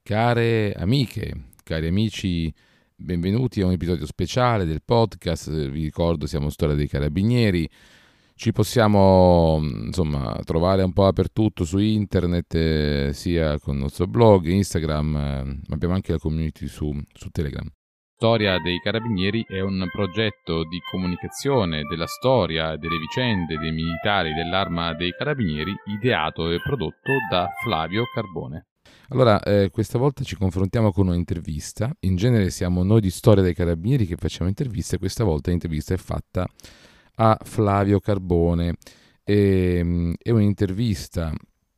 Care amiche, cari amici, benvenuti a un episodio speciale del podcast. Vi ricordo, siamo Storia dei Carabinieri. Ci possiamo trovare un po' dappertutto su internet, sia con il nostro blog, Instagram, ma abbiamo anche la community su Telegram. Storia dei Carabinieri è un progetto di comunicazione della storia e delle vicende dei militari dell'Arma dei Carabinieri, ideato e prodotto da Flavio Carbone. Allora, questa volta ci confrontiamo con un'intervista. In genere siamo noi di Storia dei Carabinieri che facciamo interviste. Questa volta l'intervista è fatta a Flavio Carbone. È un'intervista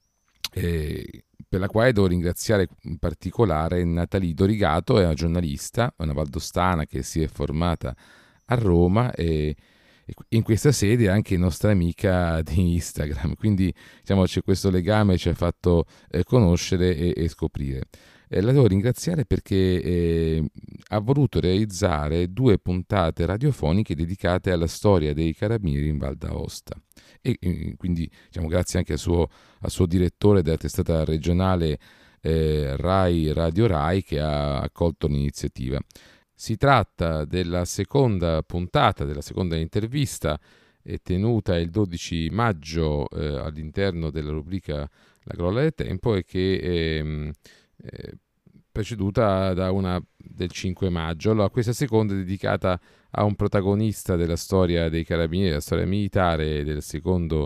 per la quale devo ringraziare in particolare Natalie Dorigato, è una giornalista, una valdostana che si è formata a Roma e in questa sede è anche nostra amica di Instagram, quindi c'è questo legame, ci ha fatto conoscere e scoprire. La devo ringraziare perché ha voluto realizzare 2 puntate radiofoniche dedicate alla storia dei carabinieri in Val d'Aosta e quindi grazie anche al suo direttore della testata regionale Rai Radio Rai, che ha accolto l'iniziativa. Si tratta della seconda puntata, della seconda intervista, tenuta il 12 maggio all'interno della rubrica La Grolla del Tempo e che è preceduta da una del 5 maggio. Allora, questa seconda è dedicata a un protagonista della storia dei carabinieri, della storia militare del secondo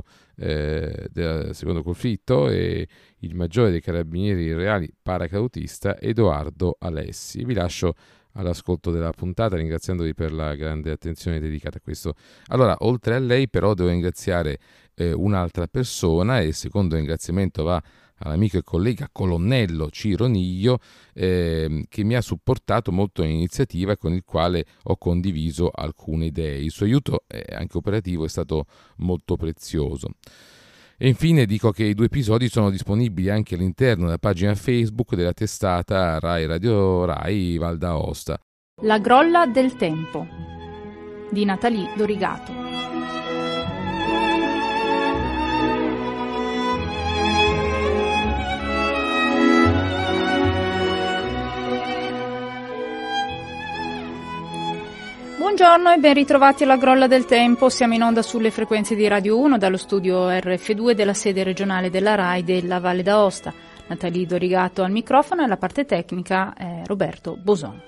conflitto, e il maggiore dei carabinieri reali paracadutista Edoardo Alessi. Vi lascio all'ascolto della puntata, ringraziandovi per la grande attenzione dedicata a questo. Allora, oltre a lei però devo ringraziare un'altra persona, e il secondo ringraziamento va all'amico e collega colonnello Ciro Niglio, che mi ha supportato molto nell'iniziativa e con il quale ho condiviso alcune idee. Il suo aiuto anche operativo è stato molto prezioso. E infine dico che i 2 episodi sono disponibili anche all'interno della pagina Facebook della testata Rai Radio Rai Val d'Aosta. La Grolla del Tempo di Natalie Dorigato. Buongiorno e ben ritrovati alla Grolla del Tempo. Siamo in onda sulle frequenze di Radio 1 dallo studio RF2 della sede regionale della RAI della Valle d'Aosta. Natalie Dorigato al microfono e la parte tecnica Roberto Boson.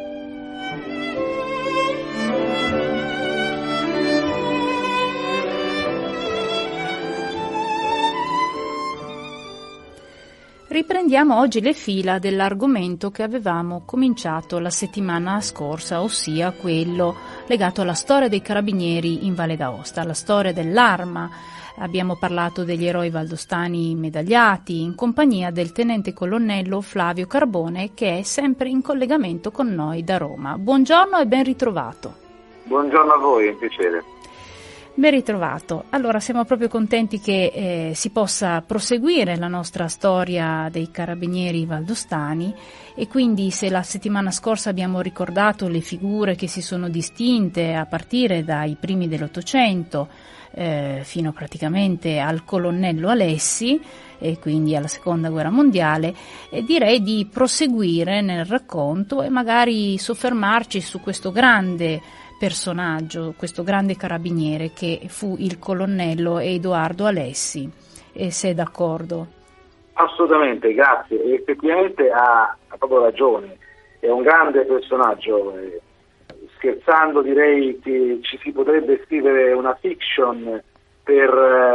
Riprendiamo oggi le fila dell'argomento che avevamo cominciato la settimana scorsa, ossia quello legato alla storia dei carabinieri in Valle d'Aosta, alla storia dell'Arma. Abbiamo parlato degli eroi valdostani medagliati in compagnia del tenente colonnello Flavio Carbone, che è sempre in collegamento con noi da Roma. Buongiorno e ben ritrovato. Buongiorno a voi, è un piacere. Ben ritrovato. Allora, siamo proprio contenti che si possa proseguire la nostra storia dei carabinieri valdostani, e quindi se la settimana scorsa abbiamo ricordato le figure che si sono distinte a partire dai primi dell'Ottocento fino praticamente al colonnello Alessi e quindi alla Seconda Guerra Mondiale, direi di proseguire nel racconto e magari soffermarci su questo grande personaggio, questo grande carabiniere che fu il colonnello Edoardo Alessi. E se è d'accordo? Assolutamente, grazie. Effettivamente ha proprio ragione, è un grande personaggio. Scherzando direi che ci si potrebbe scrivere una fiction per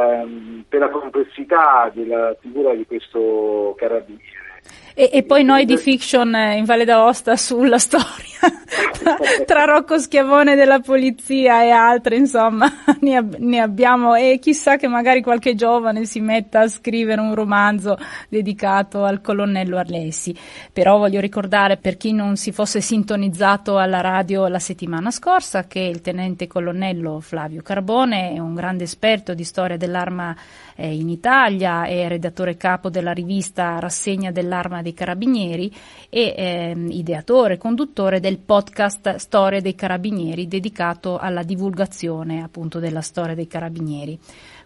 la complessità della figura di questo carabiniere. E poi noi di fiction in Valle d'Aosta sulla storia tra Rocco Schiavone della polizia e altre, insomma, ne abbiamo, e chissà che magari qualche giovane si metta a scrivere un romanzo dedicato al colonnello Alessi. Però voglio ricordare, per chi non si fosse sintonizzato alla radio la settimana scorsa, che il tenente colonnello Flavio Carbone è un grande esperto di storia dell'arma in Italia, è redattore capo della rivista Rassegna dell'Arma dei Carabinieri e ideatore e conduttore del podcast Storia dei Carabinieri, dedicato alla divulgazione appunto della storia dei Carabinieri.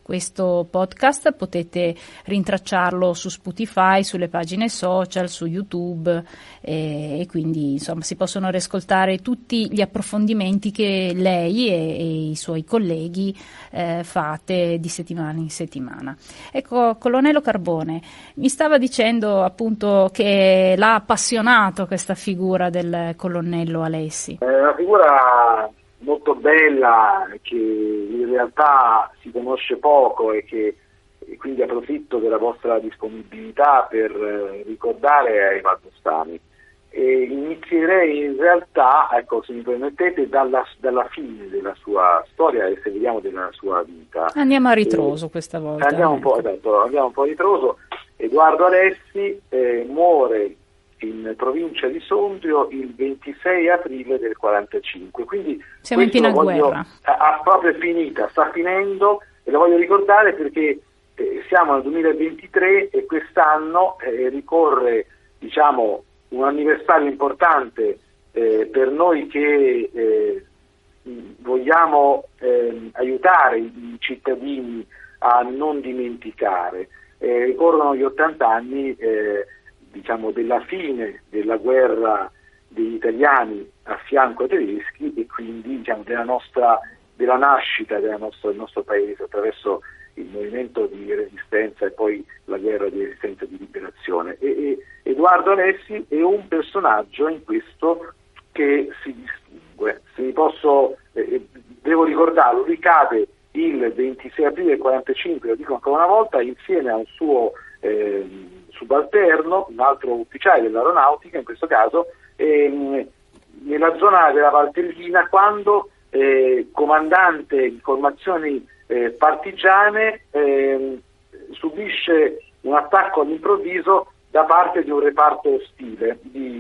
questo podcast potete rintracciarlo su Spotify, sulle pagine social, su YouTube, e quindi insomma si possono riascoltare tutti gli approfondimenti che lei e i suoi colleghi fate di settimana in settimana. Ecco, colonnello Carbone, mi stava dicendo appunto che l'ha appassionato questa figura del colonnello Alessi. È una figura molto bella, che in realtà si conosce poco e quindi approfitto della vostra disponibilità per ricordare ai valdostani. E inizierei in realtà, ecco, se mi permettete, dalla fine della sua storia e se vogliamo della sua vita. Andiamo a ritroso questa volta. Andiamo un po' a ritroso. Edoardo Alessi muore in provincia di Sondrio il 26 aprile del 45, quindi siamo in piena guerra. Proprio finita, sta finendo, e lo voglio ricordare perché siamo nel 2023 e quest'anno ricorre, diciamo, un anniversario importante per noi che vogliamo aiutare i cittadini a non dimenticare. Ricorrono gli 80 anni diciamo della fine della guerra degli italiani a fianco ai tedeschi e quindi diciamo della nascita del nostro paese attraverso il movimento di resistenza e poi la guerra di resistenza e di liberazione. E Edoardo Alessi è un personaggio in questo che si distingue. Se mi posso, devo ricordarlo, ricade il 26 aprile del 45, lo dico ancora una volta, insieme a un suo subalterno, un altro ufficiale dell'aeronautica in questo caso, nella zona della Valtellina, quando comandante di formazioni partigiane subisce un attacco all'improvviso da parte di un reparto ostile.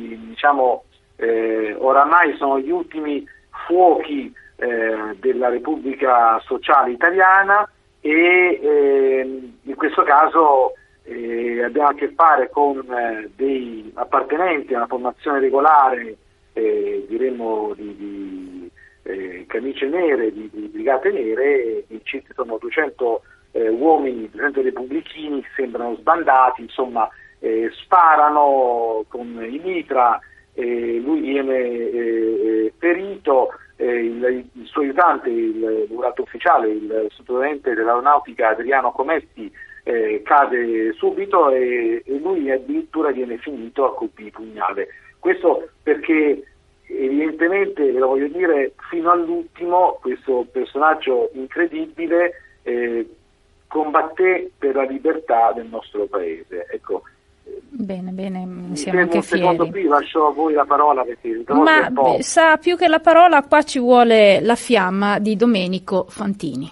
Oramai sono gli ultimi fuochi della Repubblica Sociale Italiana e in questo caso abbiamo a che fare con dei appartenenti a una formazione regolare, diremmo di camicie nere, di brigate nere, circa sono 200 uomini, 200 repubblichini, sembrano sbandati, insomma sparano con i mitra, lui viene ferito, il suo aiutante, il durato ufficiale, il sottotenente dell'aeronautica Adriano Cometti, cade subito e lui addirittura viene finito a colpi di pugnale. Questo perché evidentemente, ve lo voglio dire, fino all'ultimo questo personaggio incredibile combatté per la libertà del nostro paese. Ecco. Bene, siamo anche fieri. Un secondo qui, lascio a voi la parola perché ma sa, più che la parola qua ci vuole la fiamma di Domenico Fantini.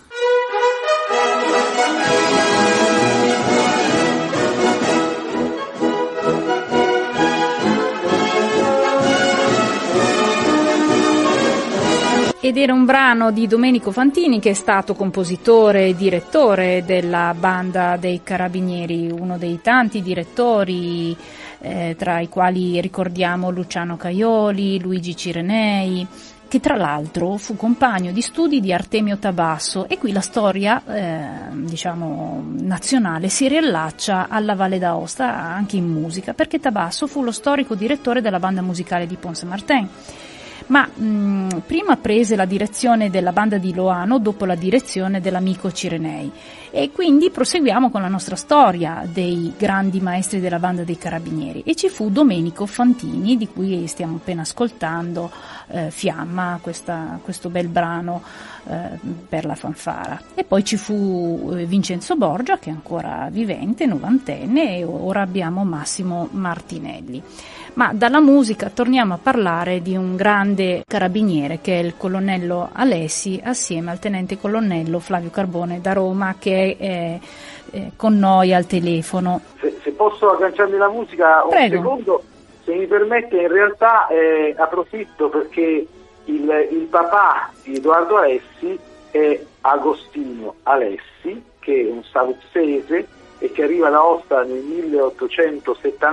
Ed era un brano di Domenico Fantini, che è stato compositore e direttore della Banda dei Carabinieri, uno dei tanti direttori tra i quali ricordiamo Luciano Caioli, Luigi Cirenei, che tra l'altro fu compagno di studi di Artemio Tabasso, e qui la storia nazionale si riallaccia alla Valle d'Aosta anche in musica, perché Tabasso fu lo storico direttore della banda musicale di Pont-Saint-Martin. Ma prima prese la direzione della banda di Loano, dopo la direzione dell'amico Cirenei, e quindi proseguiamo con la nostra storia dei grandi maestri della banda dei Carabinieri, e ci fu Domenico Fantini, di cui stiamo appena ascoltando Fiamma, questo bel brano per la fanfara, e poi ci fu Vincenzo Borgia, che è ancora vivente, novantenne, e ora abbiamo Massimo Martinelli. Ma dalla musica torniamo a parlare di un grande carabiniere che è il colonnello Alessi, assieme al tenente colonnello Flavio Carbone da Roma, che è con noi al telefono. Se posso agganciarmi la musica un secondo, se mi permette, in realtà approfitto perché il papà di Edoardo Alessi è Agostino Alessi, che è un saluzzese e che arriva da Aosta nel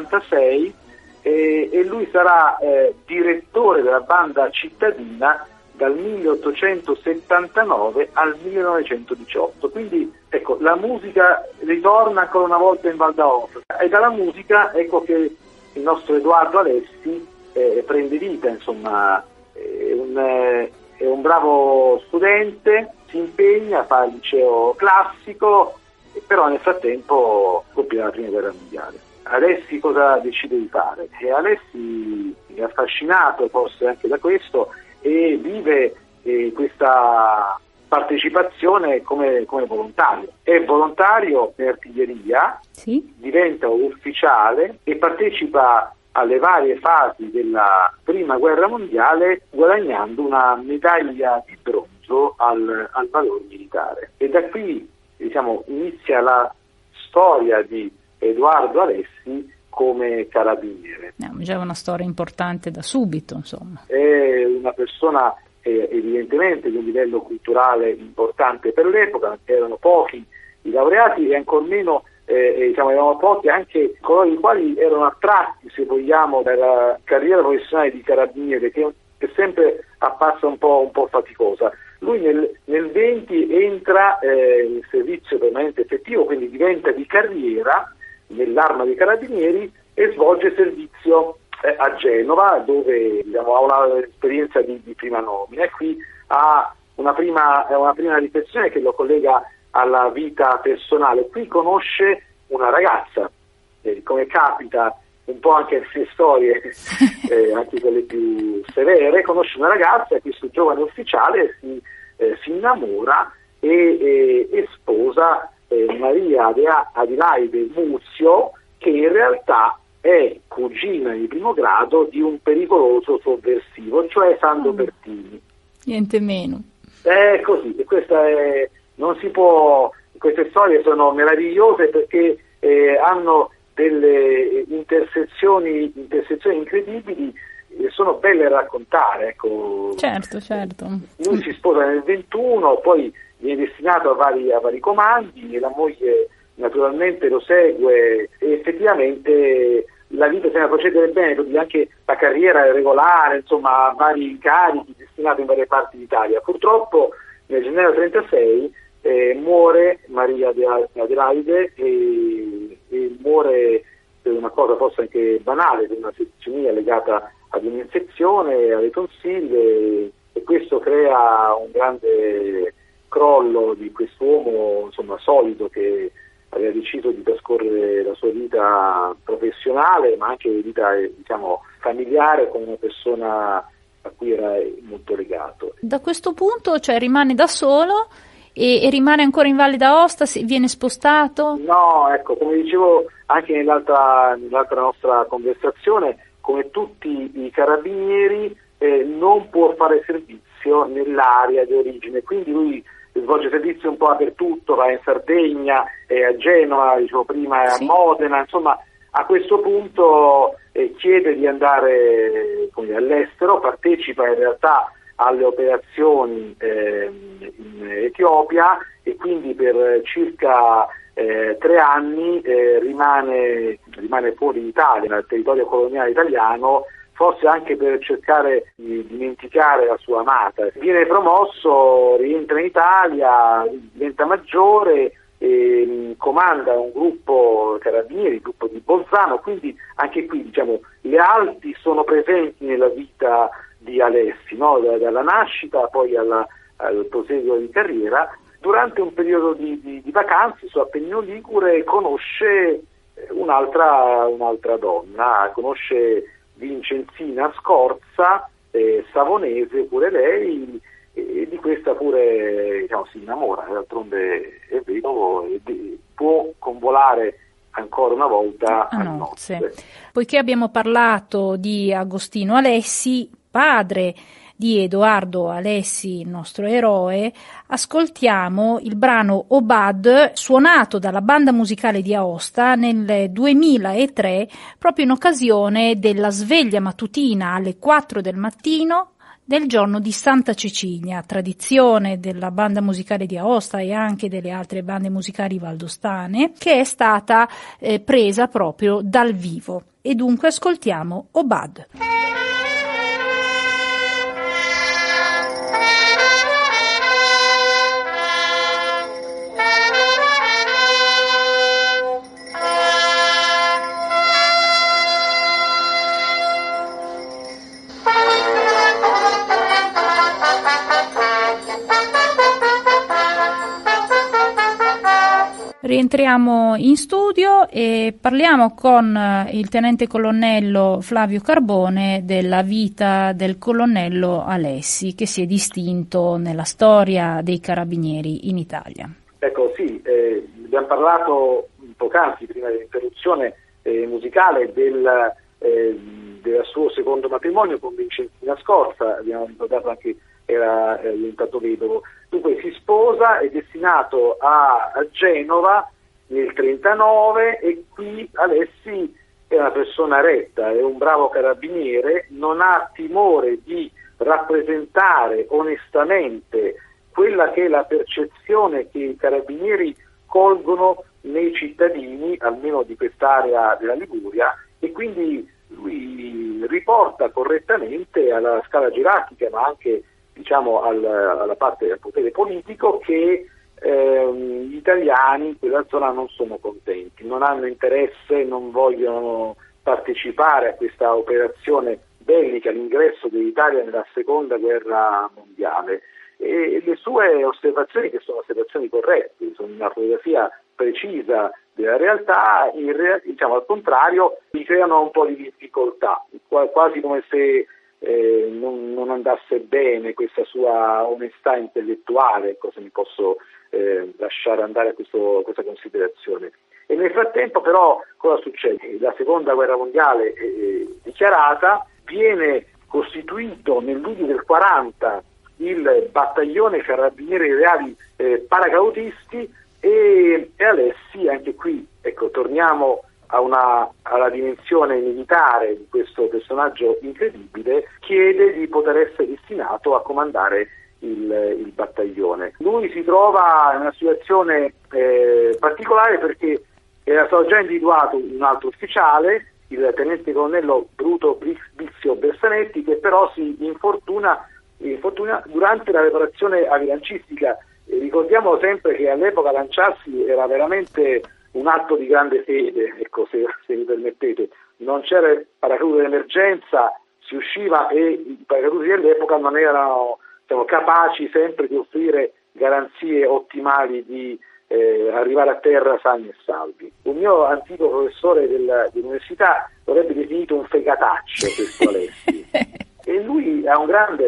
1876, e lui sarà direttore della banda cittadina dal 1879 al 1918. Quindi ecco, la musica ritorna ancora una volta in Val d'Aosta, e dalla musica ecco che il nostro Edoardo Alessi prende vita, insomma, è un bravo studente, si impegna, fa il liceo classico, però nel frattempo scoppia la prima guerra mondiale. Alessi cosa decide di fare? E Alessi è affascinato forse anche da questo e vive questa partecipazione come volontario. È volontario in artiglieria, sì, diventa ufficiale e partecipa alle varie fasi della prima guerra mondiale, guadagnando una medaglia di bronzo al valor militare. E da qui, diciamo, inizia la storia di Edoardo Alessi come carabiniere. Già una storia importante da subito, insomma. È una persona evidentemente di un livello culturale importante per l'epoca, erano pochi i laureati e ancor meno erano pochi anche coloro i quali erano attratti, se vogliamo, dalla carriera professionale di carabiniere, che è sempre apparsa un po' faticosa. Lui nel 20 entra in servizio permanente effettivo, quindi diventa di carriera nell'Arma dei Carabinieri e svolge servizio a Genova, dove ha un'esperienza di prima nomina, e qui ha una prima riflessione che lo collega alla vita personale. Qui conosce una ragazza, come capita un po' anche nelle storie, anche quelle più severe, conosce una ragazza e questo giovane ufficiale si innamora e sposa Maria Adelaide Muzio, che in realtà è cugina di primo grado di un pericoloso sovversivo, cioè Sandro Pertini. Niente meno. È così, e non si può. Queste storie sono meravigliose perché hanno delle intersezioni incredibili, sono belle da raccontare. Ecco. Certo. Lui si sposa nel 21, poi viene destinato a vari comandi e la moglie naturalmente lo segue, e effettivamente la vita sembra procedere bene, perché anche la carriera è regolare, insomma, vari incarichi destinati in varie parti d'Italia. Purtroppo nel gennaio 36 muore Maria Adelaide e muore per una cosa forse anche banale, per una septicemia legata ad un'infezione alle tonsille, e questo crea un grande crollo di quest'uomo, insomma, solido, che aveva deciso di trascorrere la sua vita professionale ma anche vita, diciamo, familiare con una persona a cui era molto legato. Da questo punto, cioè, rimane da solo e rimane ancora in Valle d'Aosta, viene spostato? No, ecco, come dicevo anche nell'altra nostra conversazione, come tutti i carabinieri non può fare servizio nell'area di origine, quindi lui svolge servizio un po' dappertutto, va in Sardegna, a Genova, dicevo prima, a Modena, insomma a questo punto chiede di andare all'estero, partecipa in realtà alle operazioni in Etiopia e quindi per circa 3 anni rimane fuori d'Italia, nel territorio coloniale italiano, forse anche per cercare di dimenticare la sua amata. Viene promosso, rientra in Italia, diventa maggiore e comanda un gruppo carabinieri, il gruppo di Bolzano, quindi anche qui, diciamo, le Alpi sono presenti nella vita di Alessi, no? Dalla nascita poi al proseguo di carriera. Durante un periodo di vacanze su Appennino Ligure conosce un'altra donna, conosce Vincenzina Scorza, savonese pure lei, e di questa pure, diciamo, si innamora, d'altronde è vedovo e può convolare ancora una volta a nozze. Poiché abbiamo parlato di Agostino Alessi, padre di Edoardo Alessi, il nostro eroe, ascoltiamo il brano Obad, suonato dalla banda musicale di Aosta nel 2003, proprio in occasione della sveglia mattutina alle 4 del mattino del giorno di Santa Cecilia, tradizione della banda musicale di Aosta e anche delle altre bande musicali valdostane, che è stata presa proprio dal vivo. E dunque ascoltiamo Obad. Rientriamo in studio e parliamo con il tenente colonnello Flavio Carbone della vita del colonnello Alessi, che si è distinto nella storia dei carabinieri in Italia. Ecco, sì, abbiamo parlato poc'anzi, prima dell'interruzione musicale, del suo secondo matrimonio con Vincentina Scorza. Abbiamo ricordato anche era diventato vedovo. Dunque si sposa, è destinato a Genova nel 1939 e qui Alessi è una persona retta, è un bravo carabiniere, non ha timore di rappresentare onestamente quella che è la percezione che i carabinieri colgono nei cittadini, almeno di quest'area della Liguria, e quindi lui riporta correttamente alla scala gerarchica, ma anche alla parte del potere politico, che gli italiani in quella zona non sono contenti, non hanno interesse, non vogliono partecipare a questa operazione bellica, l'ingresso dell'Italia nella seconda guerra mondiale. E le sue osservazioni, che sono osservazioni corrette, sono una fotografia precisa della realtà, al contrario, mi creano un po' di difficoltà, quasi come se non andasse bene questa sua onestà intellettuale, se mi posso lasciare andare a questa considerazione. E nel frattempo però cosa succede? La seconda guerra mondiale è dichiarata, viene costituito nel luglio del 40 il battaglione carabinieri reali paracautisti e Alessi, anche qui torniamo alla dimensione militare di questo personaggio incredibile, chiede di poter essere destinato a comandare il battaglione. Lui si trova in una situazione particolare perché era stato già individuato un altro ufficiale, il tenente colonnello Bruto Bizio Bersanetti, che però si infortuna durante la preparazione avilancistica. Ricordiamo sempre che all'epoca lanciarsi era veramente un atto di grande fede, se mi permettete. Non c'era il paracadute d'emergenza, si usciva e i paracaduti dell'epoca non erano capaci sempre di offrire garanzie ottimali di arrivare a terra sani e salvi. Un mio antico professore dell'università l'avrebbe definito un fegataccio questo Alessi. E lui è un grande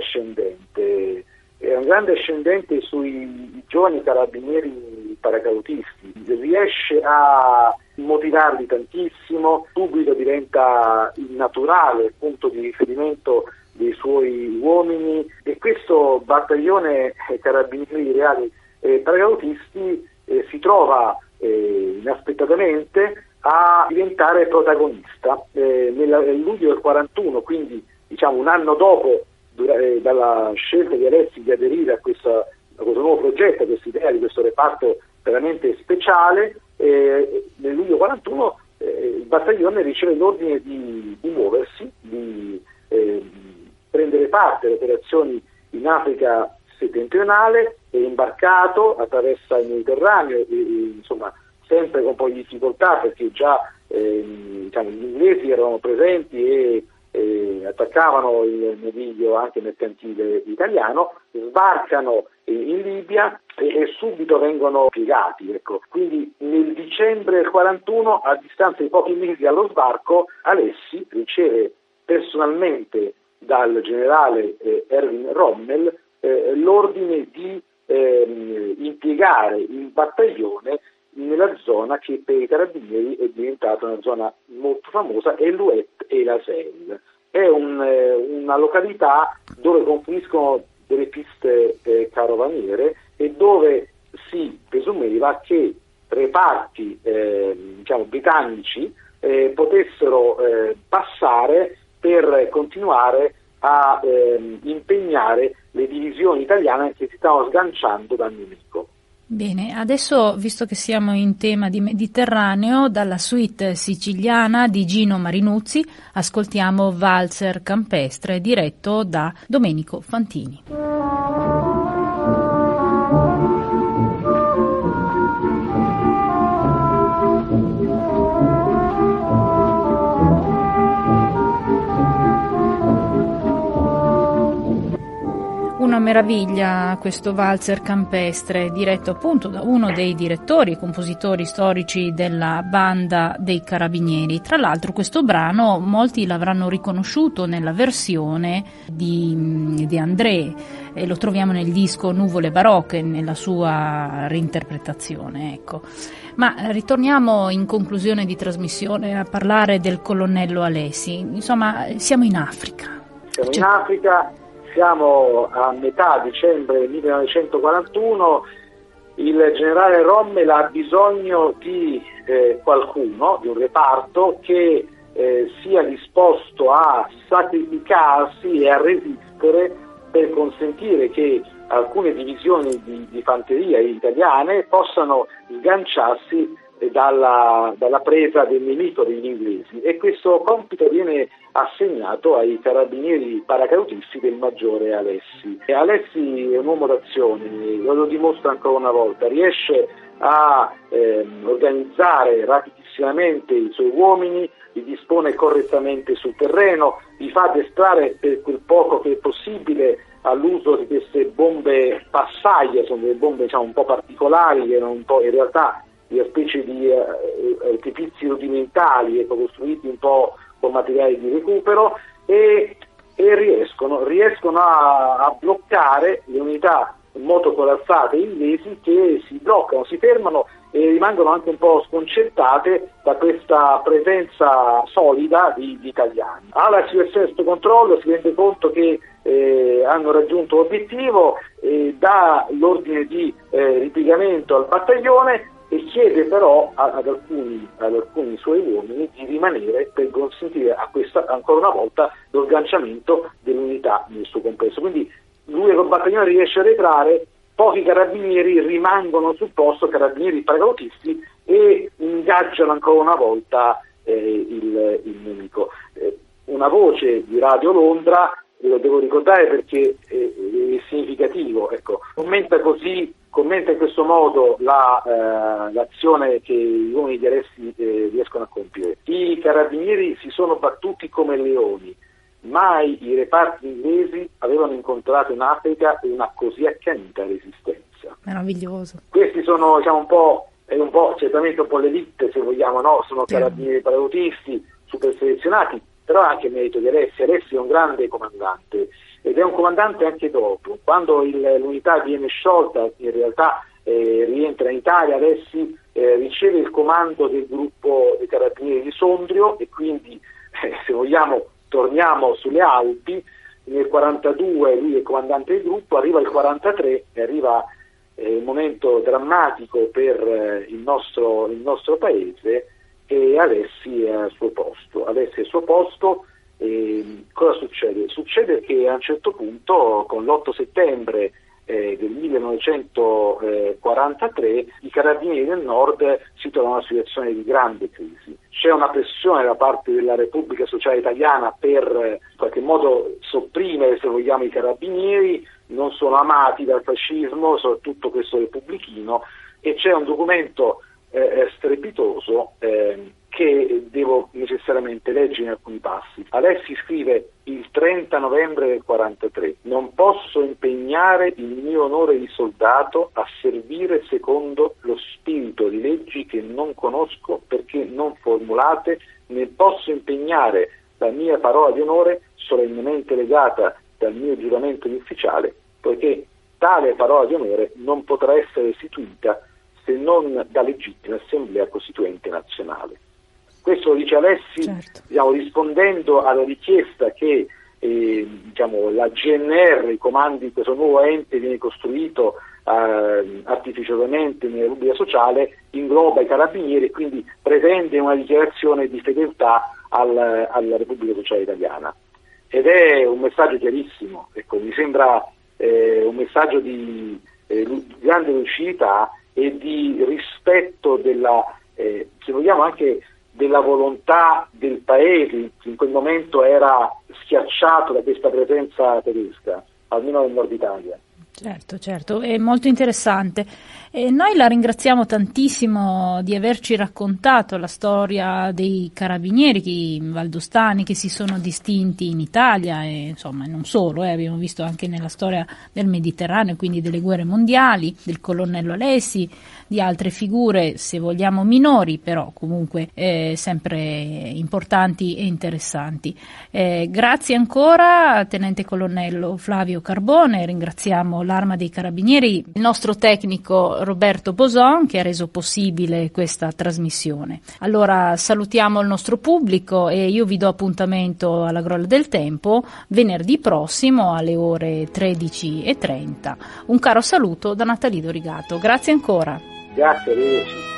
ascendente sui giovani carabinieri paracautisti, riesce a motivarli tantissimo, subito diventa il naturale punto di riferimento dei suoi uomini, e questo battaglione carabinieri reali paracautisti si trova inaspettatamente a diventare protagonista nel luglio del 41, quindi un anno dopo dalla scelta di Alessi di aderire a questo nuovo progetto, a questa idea di questo reparto veramente speciale. Nel luglio 41 il battaglione riceve l'ordine di muoversi, di prendere parte alle operazioni in Africa settentrionale, è imbarcato, attraversa il Mediterraneo, sempre con un po' di difficoltà perché già gli inglesi erano presenti e attaccavano il naviglio anche mercantile italiano, sbarcano in Libia e subito vengono piegati. Quindi nel dicembre del 41, a distanza di pochi mesi dallo sbarco, Alessi riceve personalmente dal generale Erwin Rommel l'ordine di impiegare il battaglione nella zona che per i carabinieri è diventata una zona molto famosa, Elouet e la Selle. È una località dove confluiscono delle piste carovaniere e dove si presumeva che reparti britannici potessero passare per continuare a impegnare le divisioni italiane che si stavano sganciando dal nemico. Bene, adesso, visto che siamo in tema di Mediterraneo, dalla suite siciliana di Gino Marinuzzi ascoltiamo Valzer Campestre, diretto da Domenico Fantini. meraviglia questo valzer campestre, diretto appunto da uno dei direttori e compositori storici della banda dei Carabinieri. Tra l'altro questo brano molti l'avranno riconosciuto nella versione di André, e lo troviamo nel disco Nuvole Barocche nella sua reinterpretazione, ecco. Ma ritorniamo in conclusione di trasmissione a parlare del colonnello Alessi. Insomma, siamo in Africa. In Africa, siamo a metà dicembre 1941, il generale Rommel ha bisogno di qualcuno, di un reparto che sia disposto a sacrificarsi e a resistere per consentire che alcune divisioni di fanteria italiane possano sganciarsi dalla presa del nemico degli inglesi, e questo compito viene assegnato ai carabinieri paracadutisti del maggiore Alessi. E Alessi è un uomo d'azione, lo dimostra ancora una volta, riesce a organizzare rapidissimamente i suoi uomini, li dispone correttamente sul terreno, li fa addestrare per quel poco che è possibile all'uso di queste bombe passaia, sono delle bombe un po' particolari, che in realtà una specie di artifizi rudimentali, costruiti un po' con materiali di recupero, e riescono a bloccare le unità motocorazzate inglesi, che si bloccano, si fermano e rimangono anche un po' sconcertate da questa presenza solida di italiani. Alla situazione sotto controllo, si rende conto che hanno raggiunto l'obiettivo, dà l'ordine di ripiegamento al battaglione e chiede però ad alcuni suoi uomini di rimanere per consentire a questa ancora una volta lo sganciamento dell'unità nel suo complesso. Quindi lui col battaglione riesce a rientrare, pochi carabinieri rimangono sul posto, carabinieri paracadutisti, e ingaggiano ancora una volta il nemico. Una voce di Radio Londra, lo devo ricordare perché è significativo, ecco, commenta in questo modo l'azione che gli uomini di Alessi riescono a compiere. I carabinieri si sono battuti come leoni, mai i reparti inglesi avevano incontrato in Africa una così accanita resistenza. Meraviglioso. Questi sono certamente un po' l'elite, se vogliamo, no? Sono carabinieri paracadutisti super selezionati, però anche merito di Alessi. Alessi è un grande comandante, ed è un comandante anche dopo. Quando l'unità viene sciolta, in realtà rientra in Italia, Alessi riceve il comando del gruppo dei carabinieri di Sondrio, e quindi, se vogliamo, torniamo sulle Alpi. Nel 42 lui è il comandante del gruppo, arriva il 43 e arriva un momento drammatico per il nostro paese, e Alessi è al suo posto. Cosa succede? Succede che a un certo punto, con l'8 settembre del 1943, i carabinieri del nord si trovano in una situazione di grande crisi. C'è una pressione da parte della Repubblica Sociale Italiana per in qualche modo sopprimere, se vogliamo, i carabinieri. Non sono amati dal fascismo, soprattutto questo repubblichino, e c'è un documento strepitoso che devo necessariamente leggere in alcuni passi. Alessi scrive il 30 novembre del 43: non posso impegnare il mio onore di soldato a servire secondo lo spirito di leggi che non conosco perché non formulate, né posso impegnare la mia parola di onore solennemente legata dal mio giuramento di ufficiale, poiché tale parola di onore non potrà essere istituita se non da legittima assemblea costituente nazionale. Questo lo dice Alessi, certo, rispondendo alla richiesta che la GNR, i comandi di questo nuovo ente, viene costruito artificiosamente nella Repubblica Sociale, ingloba i carabinieri e quindi pretende una dichiarazione di fedeltà alla Repubblica Sociale Italiana. Ed è un messaggio chiarissimo, ecco, mi sembra un messaggio di grande lucidità e di rispetto della, se vogliamo, anche della volontà del paese, che in quel momento era schiacciato da questa presenza tedesca, almeno nel nord Italia. Certo, è molto interessante. E noi la ringraziamo tantissimo di averci raccontato la storia dei carabinieri valdostani che si sono distinti in Italia e insomma non solo, abbiamo visto anche nella storia del Mediterraneo, quindi delle guerre mondiali, del colonnello Alessi, di altre figure, se vogliamo minori, però comunque sempre importanti e interessanti. Grazie ancora, Tenente Colonnello Flavio Carbone, ringraziamo l'Arma dei Carabinieri, il nostro tecnico Roberto Boson che ha reso possibile questa trasmissione. Allora salutiamo il nostro pubblico e io vi do appuntamento alla Grolla del Tempo venerdì prossimo alle ore 13:30. Un caro saluto da Natalino Rigato. Grazie ancora. Grazie, arrivederci.